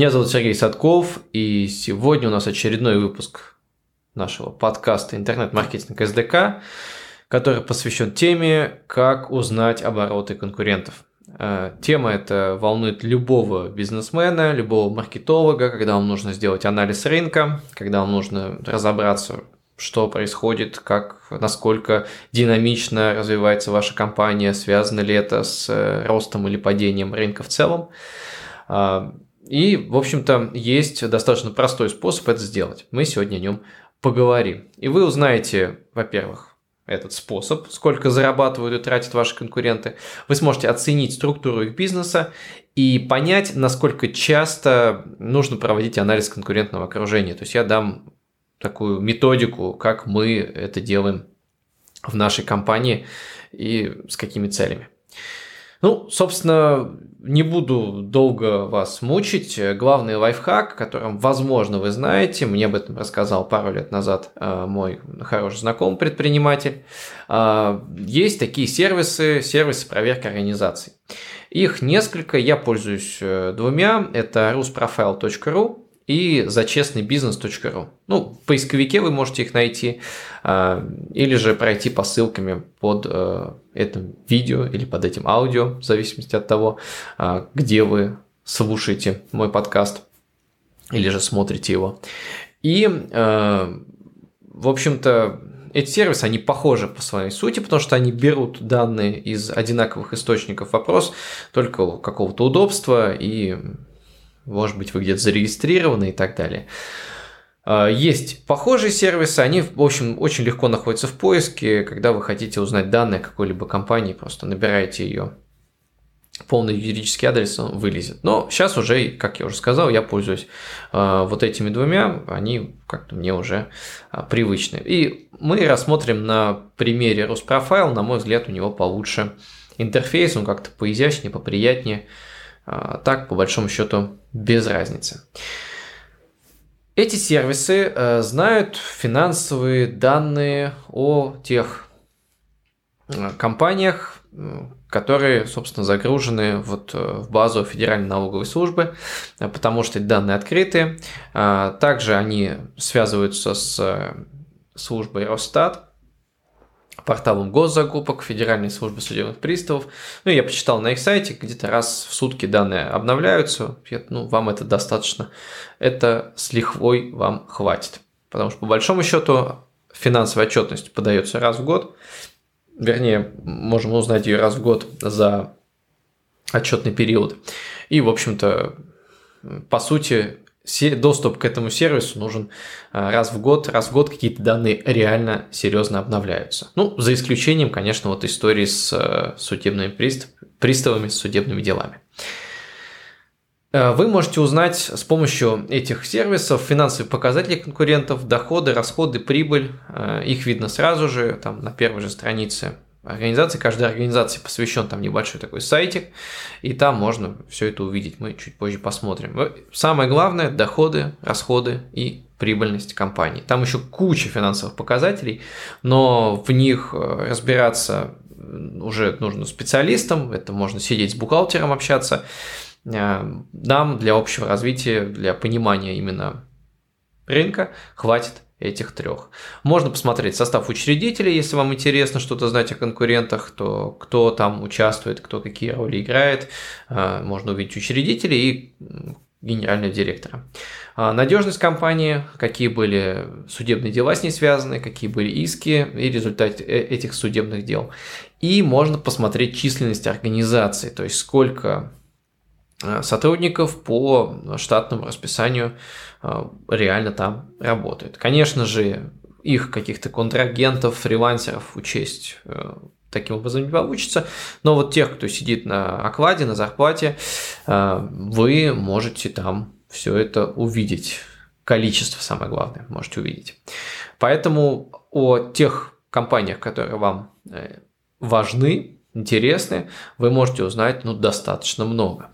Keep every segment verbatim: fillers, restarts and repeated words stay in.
Меня зовут Сергей Садков, и сегодня у нас очередной выпуск нашего подкаста «Интернет-маркетинг эс дэ ка», который посвящен теме «Как узнать обороты конкурентов». Тема эта волнует любого бизнесмена, любого маркетолога, когда вам нужно сделать анализ рынка, когда вам нужно разобраться, что происходит, как, насколько динамично развивается ваша компания, связано ли это с ростом или падением рынка в целом. И, в общем-то, есть достаточно простой способ это сделать. Мы сегодня о нем поговорим. И вы узнаете, во-первых, этот способ, сколько зарабатывают и тратят ваши конкуренты. Вы сможете оценить структуру их бизнеса и понять, насколько часто нужно проводить анализ конкурентного окружения. То есть я дам такую методику, как мы это делаем в нашей компании и с какими целями. Ну, собственно, не буду долго вас мучить. Главный лайфхак, которым, возможно, вы знаете, мне об этом рассказал пару лет назад мой хороший знакомый предприниматель. Есть такие сервисы, сервисы проверки организаций. Их несколько, я пользуюсь двумя. Это rusprofile точка ру и зачестныйбизнес точка ру. Ну, в поисковике вы можете их найти, или же пройти по ссылкам под этим видео или под этим аудио, в зависимости от того, где вы слушаете мой подкаст или же смотрите его. И, в общем-то, эти сервисы, они похожи по своей сути, потому что они берут данные из одинаковых источников. Вопрос только какого-то удобства и, может быть, вы где-то зарегистрированы и так далее. Есть похожие сервисы, они, в общем, очень легко находятся в поиске. Когда вы хотите узнать данные какой-либо компании, просто набираете ее полный юридический адрес, он вылезет. Но сейчас уже, как я уже сказал, я пользуюсь вот этими двумя, они как-то мне уже привычны. И мы рассмотрим на примере rusprofile, на мой взгляд, у него получше интерфейс, он как-то поизящнее, поприятнее. Так, по большому счету, без разницы. Эти сервисы э, знают финансовые данные о тех компаниях, которые, собственно, загружены вот в базу Федеральной налоговой службы, потому что эти данные открыты. Также они связываются с службой Росстат, порталом госзакупок, Федеральной службы судебных приставов. Ну, я почитал на их сайте, где-то раз в сутки данные обновляются. Ну, вам это достаточно. Это с лихвой вам хватит. Потому что, по большому счету, финансовая отчетность подается раз в год. Вернее, можем узнать ее раз в год за отчетный период. И, в общем-то, по сути, доступ к этому сервису нужен раз в год. Раз в год какие-то данные реально серьезно обновляются. Ну, за исключением, конечно, вот истории с судебными пристав, приставами, с судебными делами. Вы можете узнать с помощью этих сервисов финансовые показатели конкурентов, доходы, расходы, прибыль. Их видно сразу же, там на первой же странице организации. Каждой организации посвящен там небольшой такой сайтик, и там можно все это увидеть. Мы чуть позже посмотрим. Самое главное – доходы, расходы и прибыльность компании. Там еще куча финансовых показателей, но в них разбираться уже нужно специалистам. Это можно сидеть с бухгалтером, общаться. Нам для общего развития, для понимания именно рынка хватит этих трех. Можно посмотреть состав учредителей, если вам интересно что-то знать о конкурентах, то кто там участвует, кто какие роли играет. Можно увидеть учредителей и генерального директора. Надежность компании, какие были судебные дела с ней связаны, какие были иски и результаты этих судебных дел. И можно посмотреть численность организации, то есть сколько сотрудников по штатному расписанию реально там работают. Конечно же, их каких-то контрагентов, фрилансеров учесть таким образом не получится, но вот тех, кто сидит на окладе, на зарплате, вы можете там все это увидеть. Количество, самое главное, можете увидеть. Поэтому о тех компаниях, которые вам важны, интересны, вы можете узнать ну, достаточно много.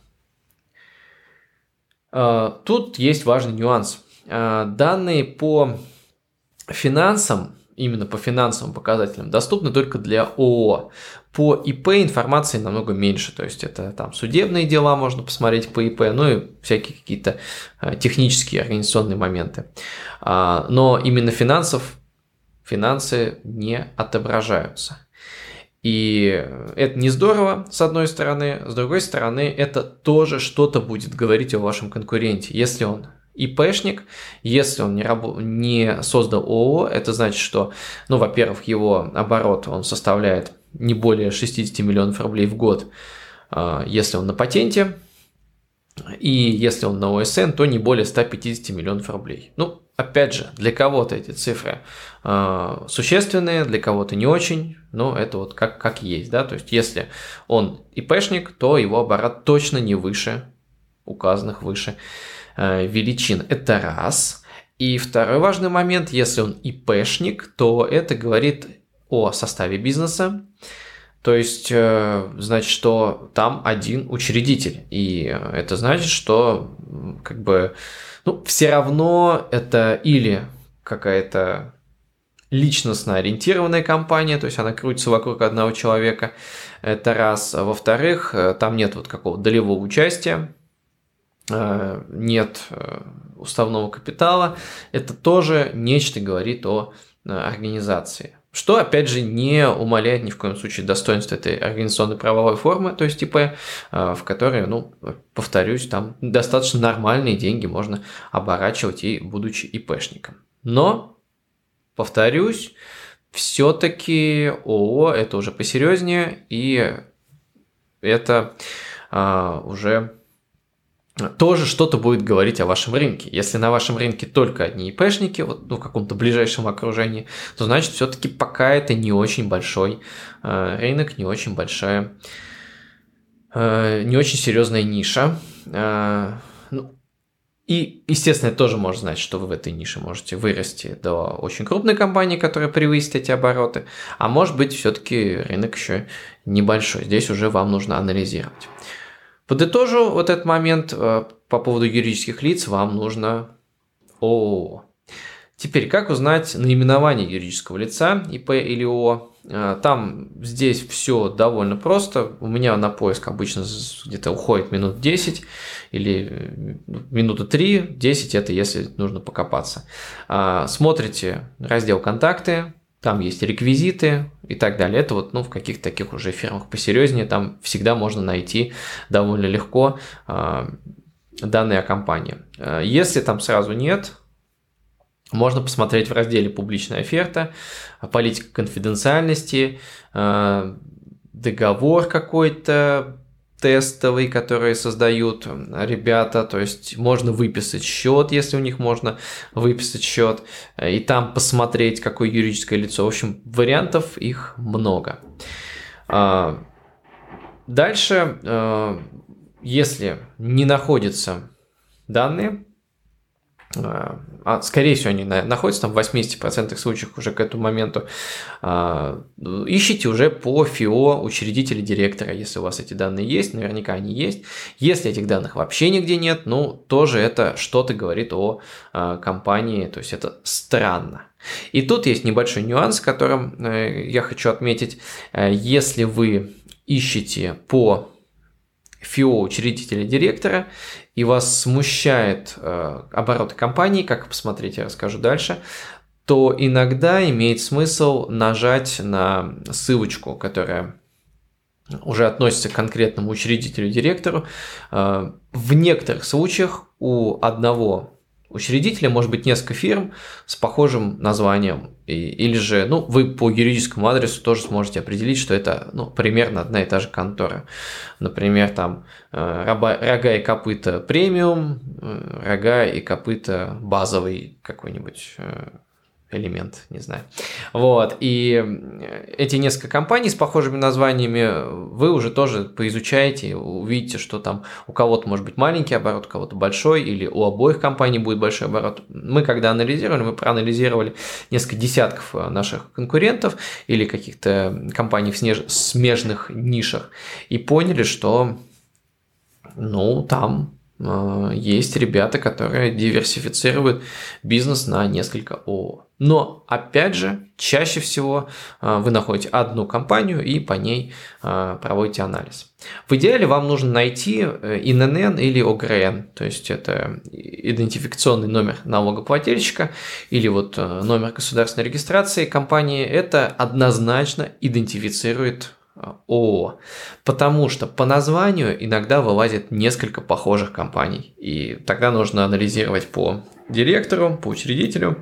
Тут есть важный нюанс. Данные по финансам, именно по финансовым показателям, доступны только для ООО. по ИП информации намного меньше, то есть это там судебные дела можно посмотреть по ИП, ну и всякие какие-то технические организационные моменты. Но именно финансов, финансы не отображаются. И это не здорово, с одной стороны, с другой стороны, это тоже что-то будет говорить о вашем конкуренте. Если он ИПшник, если он не, раб... не создал ООО, это значит, что, ну, во-первых, его оборот он составляет не более шестьдесят миллионов рублей в год, если он на патенте, и если он на ОСН, то не более ста пятидесяти миллионов рублей. Ну, опять же, для кого-то эти цифры существенные, для кого-то не очень, но это вот как, как есть, да, то есть если он ИПшник, то его оборот точно не выше указанных выше величин. Это раз. И второй важный момент, если он ИПшник, то это говорит о составе бизнеса, то есть, значит, что там один учредитель, и это значит, что как бы, ну, все равно это или какая-то личностно ориентированная компания, то есть она крутится вокруг одного человека, это раз. Во-вторых, там нет вот какого-то долевого участия, нет уставного капитала, это тоже нечто говорит о организации. Что, опять же, не умаляет ни в коем случае достоинства этой организационной правовой формы, то есть ИП, в которой, ну, повторюсь, там достаточно нормальные деньги можно оборачивать и будучи ИПшником. Но, повторюсь, все-таки ООО это уже посерьезнее, и это а, уже тоже что-то будет говорить о вашем рынке. Если на вашем рынке только одни ИПшники, вот, ну, в каком-то ближайшем окружении, то значит, все-таки пока это не очень большой э, рынок, не очень большая, э, не очень серьезная ниша. Э, ну, и, естественно, это тоже может значить, что вы в этой нише можете вырасти до очень крупной компании, которая превысит эти обороты, а может быть, все-таки рынок еще небольшой. Здесь уже вам нужно анализировать. Подытожу вот этот момент по поводу юридических лиц, вам нужно ООО. Теперь, как узнать наименование юридического лица, ИП или ООО? Там здесь все довольно просто. У меня на поиск обычно где-то уходит минут десять или минуты три-десять, это если нужно покопаться. Смотрите раздел «Контакты», там есть реквизиты и так далее. Это вот, ну, в каких-то таких уже фирмах посерьезнее, там всегда можно найти довольно легко э, данные о компании. Если там сразу нет, можно посмотреть в разделе «Публичная оферта», политика конфиденциальности, э, договор какой-то тестовый, который создают ребята, то есть можно выписать счет, если у них можно выписать счет, и там посмотреть, какое юридическое лицо. В общем, вариантов их много. Дальше, если не находятся данные, а скорее всего они находятся там в восьмидесяти процентах случаев уже к этому моменту, ищите уже по ФИО учредителя директора, если у вас эти данные есть, наверняка они есть. Если этих данных вообще нигде нет, ну тоже это что-то говорит о компании, то есть это странно. И тут есть небольшой нюанс, которым я хочу отметить. Если вы ищете по ФИО учредителя директора, и вас смущает э, обороты компании, как посмотреть, я расскажу дальше, то иногда имеет смысл нажать на ссылочку, которая уже относится к конкретному учредителю директору. Э, в некоторых случаях у одного учредителя может быть несколько фирм с похожим названием, и, или же, ну, вы по юридическому адресу тоже сможете определить, что это, ну, примерно одна и та же контора. Например, там э, рога и копыта премиум, э, рога и копыта базовый какой-нибудь э, элемент, не знаю. Вот, и эти несколько компаний с похожими названиями вы уже тоже поизучаете, увидите, что там у кого-то может быть маленький оборот, у кого-то большой, или у обоих компаний будет большой оборот. Мы когда анализировали, мы проанализировали несколько десятков наших конкурентов или каких-то компаний в снеж... смежных нишах и поняли, что, ну, там есть ребята, которые диверсифицируют бизнес на несколько ООО. Но, опять же, чаще всего вы находите одну компанию и по ней проводите анализ. В идеале вам нужно найти ин эн эн или о гэ эр эн, то есть это идентификационный номер налогоплательщика или вот номер государственной регистрации компании. Это однозначно идентифицирует ООО, потому что по названию иногда вылазит несколько похожих компаний, и тогда нужно анализировать по директору, по учредителю,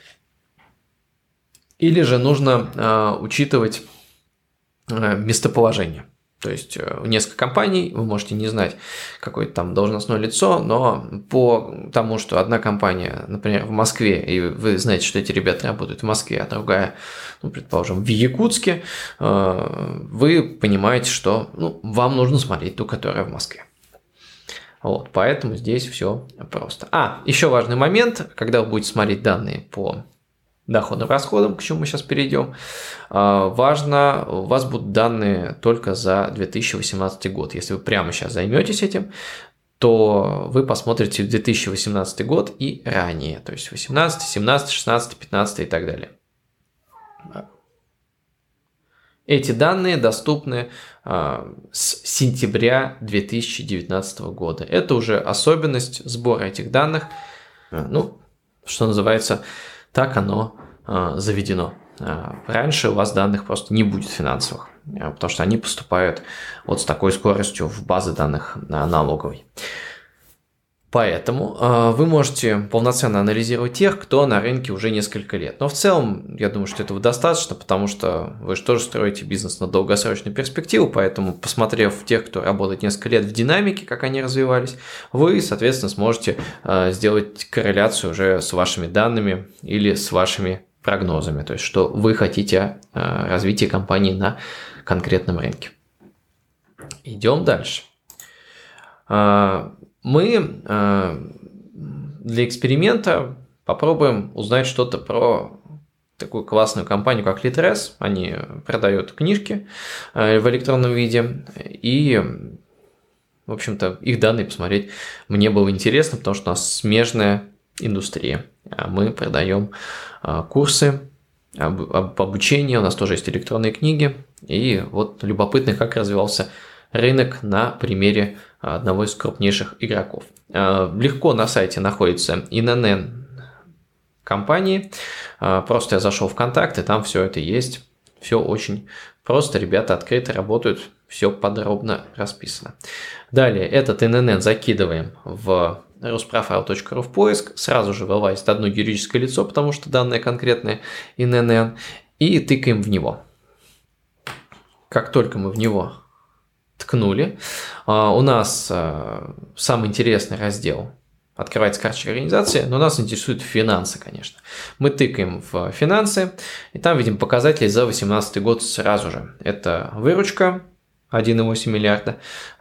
или же нужно э, учитывать э, местоположение. То есть несколько компаний, вы можете не знать какое-то там должностное лицо, но по тому, что одна компания, например, в Москве, и вы знаете, что эти ребята работают в Москве, а другая, ну, предположим, в Якутске, вы понимаете, что ну, вам нужно смотреть ту, которая в Москве. Вот, поэтому здесь все просто. А, еще важный момент, когда вы будете смотреть данные по доходным расходам, к чему мы сейчас перейдем, важно, у вас будут данные только за две тысячи восемнадцатый год. Если вы прямо сейчас займетесь этим, то вы посмотрите две тысячи восемнадцатый год и ранее, то есть восемнадцатый, семнадцатый, шестнадцатый, пятнадцатый и так далее. Эти данные доступны с сентября две тысячи девятнадцатого года. Это уже особенность сбора этих данных, ну, что называется, так оно э, заведено. Раньше у вас данных просто не будет финансовых, потому что они поступают вот с такой скоростью в базы данных налоговой. Поэтому э, вы можете полноценно анализировать тех, кто на рынке уже несколько лет. Но в целом, я думаю, что этого достаточно, потому что вы же тоже строите бизнес на долгосрочную перспективу, поэтому, посмотрев тех, кто работает несколько лет в динамике, как они развивались, вы, соответственно, сможете э, сделать корреляцию уже с вашими данными или с вашими прогнозами, то есть что вы хотите э, развития компании на конкретном рынке. Идем дальше. Э, Мы для эксперимента попробуем узнать что-то про такую классную компанию, как Litres. Они продают книжки в электронном виде, и, в общем-то, их данные посмотреть мне было интересно, потому что у нас смежная индустрия. Мы продаем курсы об обучении, у нас тоже есть электронные книги, и вот любопытно, как развивался рынок на примере одного из крупнейших игроков. Легко на сайте находится ин эн эн компании. Просто я зашел в контакты, там все это есть. Все очень просто, ребята открыто работают, все подробно расписано. Далее этот ин эн эн закидываем в rusprofile точка ру в поиск, сразу же вылазит одно юридическое лицо, потому что данное конкретное ин эн эн, и тыкаем в него. Как только мы в него ткнули, у нас самый интересный раздел открывается карточка организации, но нас интересуют финансы, конечно. Мы тыкаем в финансы, и там видим показатели за две тысячи восемнадцатый год сразу же. Это выручка один целых восемь миллиарда,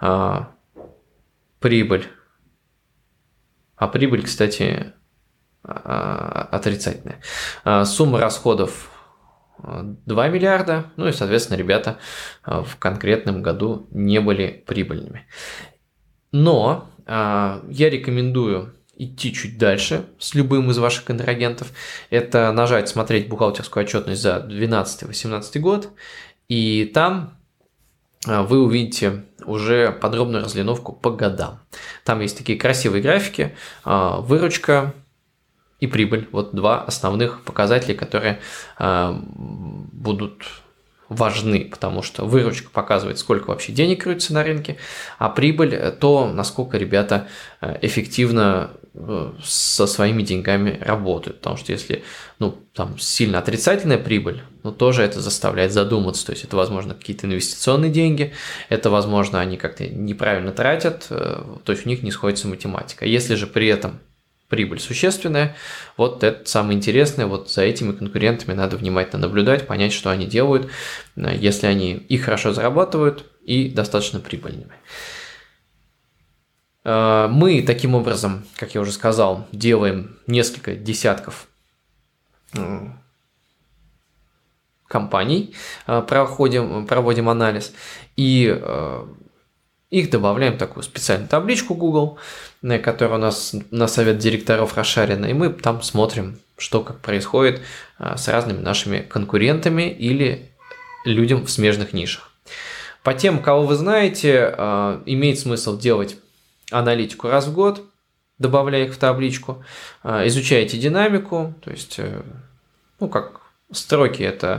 прибыль. А прибыль, кстати, отрицательная. Сумма расходов два миллиарда, ну и, соответственно, ребята в конкретном году не были прибыльными. Но э, я рекомендую идти чуть дальше с любым из ваших контрагентов. Это нажать «Смотреть бухгалтерскую отчетность за две тысячи двенадцатый — две тысячи восемнадцатый год», и там э, вы увидите уже подробную разлиновку по годам. Там есть такие красивые графики, э, выручка и прибыль. Вот два основных показателя, которые э, будут важны, потому что выручка показывает, сколько вообще денег крутится на рынке, а прибыль – то, насколько ребята эффективно со своими деньгами работают. Потому что если ну, там сильно отрицательная прибыль, ну, тоже это заставляет задуматься. То есть это, возможно, какие-то инвестиционные деньги, это, возможно, они как-то неправильно тратят, то есть у них не сходится математика. Если же при этом прибыль существенная, вот это самое интересное, вот за этими конкурентами надо внимательно наблюдать, понять, что они делают, если они и хорошо зарабатывают, и достаточно прибыльными. Мы таким образом, как я уже сказал, делаем несколько десятков компаний, проходим, проводим анализ, и их добавляем в такую специальную табличку Google, которая у нас на совет директоров расшарена, и мы там смотрим, что как происходит с разными нашими конкурентами или людям в смежных нишах. По тем, кого вы знаете, имеет смысл делать аналитику раз в год, добавляя их в табличку, изучаете динамику, то есть, ну, как строки – это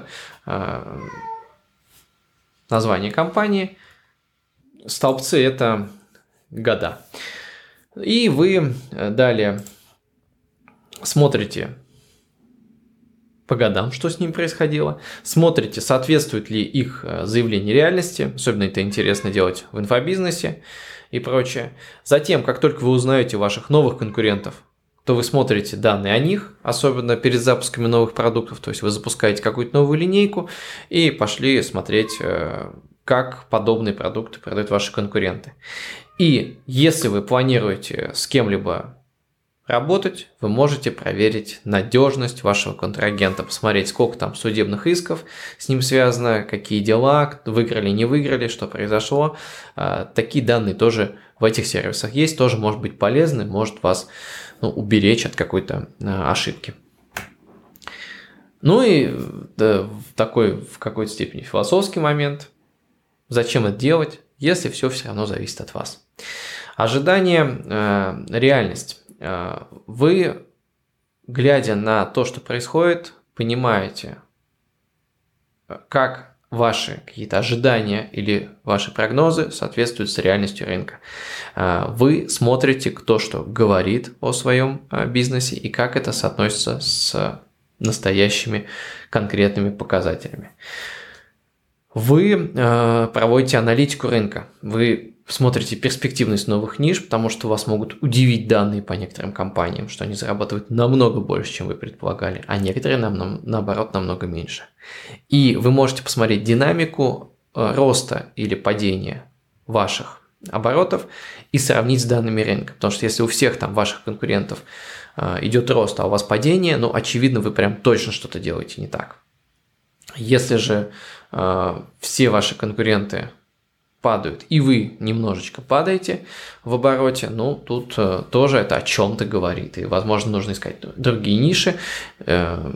название компании, столбцы – это года. И вы далее смотрите по годам, что с ним происходило, смотрите, соответствует ли их заявление реальности, особенно это интересно делать в инфобизнесе и прочее. Затем, как только вы узнаете ваших новых конкурентов, то вы смотрите данные о них, особенно перед запусками новых продуктов, то есть вы запускаете какую-то новую линейку и пошли смотреть, как подобные продукты продают ваши конкуренты. И если вы планируете с кем-либо работать, вы можете проверить надежность вашего контрагента, посмотреть, сколько там судебных исков с ним связано, какие дела, выиграли, не выиграли, что произошло. Такие данные тоже в этих сервисах есть, тоже может быть полезны, может вас, ну, уберечь от какой-то ошибки. Ну и да, в такой, в какой-то степени философский момент. Зачем это делать, если все все равно зависит от вас? Ожидание, э, реальность. Э, вы, глядя на то, что происходит, понимаете, как ваши какие-то ожидания или ваши прогнозы соответствуют с реальностью рынка. Э, вы смотрите, кто что говорит о своем э, бизнесе и как это соотносится с настоящими конкретными показателями. Вы э, проводите аналитику рынка, вы смотрите перспективность новых ниш, потому что вас могут удивить данные по некоторым компаниям, что они зарабатывают намного больше, чем вы предполагали, а некоторые, нам, наоборот, намного меньше. И вы можете посмотреть динамику э, роста или падения ваших оборотов и сравнить с данными рынка, потому что если у всех там ваших конкурентов э, идет рост, а у вас падение, ну, очевидно, вы прям точно что-то делаете не так. Если же э, все ваши конкуренты падают, и вы немножечко падаете в обороте, ну, тут э, тоже это о чем-то говорит. И, возможно, нужно искать другие ниши, э,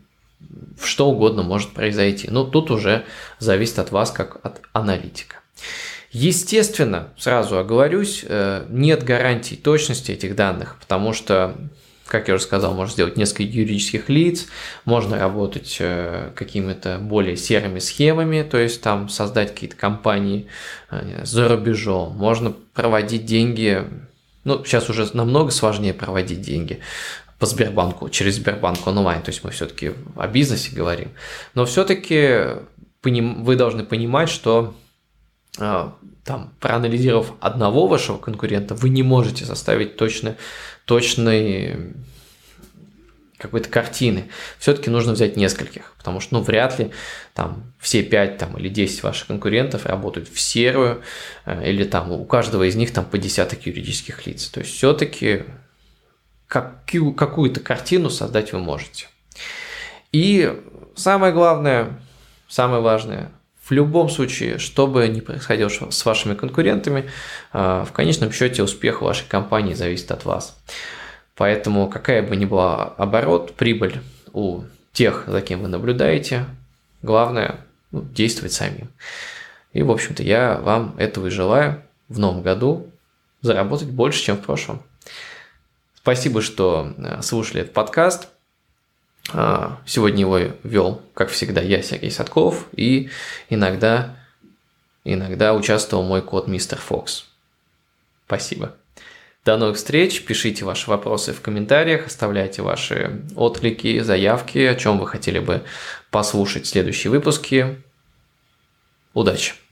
что угодно может произойти. Но тут уже зависит от вас, как от аналитика. Естественно, сразу оговорюсь, э, нет гарантий точности этих данных, потому что, как я уже сказал, можно сделать несколько юридических лиц, можно работать э, какими-то более серыми схемами, то есть там создать какие-то компании э, за рубежом, можно проводить деньги, ну, сейчас уже намного сложнее проводить деньги по Сбербанку, через Сбербанк онлайн, то есть мы все-таки о бизнесе говорим, но все-таки вы должны понимать, что э, там, проанализировав одного вашего конкурента, вы не можете составить точно точной какой-то картины. Все-таки нужно взять нескольких, потому что, ну, вряд ли там все пять там, или десять ваших конкурентов работают в серую, или там у каждого из них там по десяток юридических лиц. То есть все-таки какую- какую-то картину создать вы можете. И самое главное, самое важное, в любом случае, что бы ни происходило с вашими конкурентами, в конечном счете успех вашей компании зависит от вас. Поэтому какая бы ни была оборот, прибыль у тех, за кем вы наблюдаете, главное, ну, действовать самим. И, в общем-то, я вам этого и желаю в новом году заработать больше, чем в прошлом. Спасибо, что слушали этот подкаст. Сегодня его вел, как всегда, я, Сергей Садков, и иногда, иногда участвовал мой кот мистер Фокс. Спасибо. До новых встреч, пишите ваши вопросы в комментариях, оставляйте ваши отклики, заявки, о чем вы хотели бы послушать в следующие выпуски. Удачи!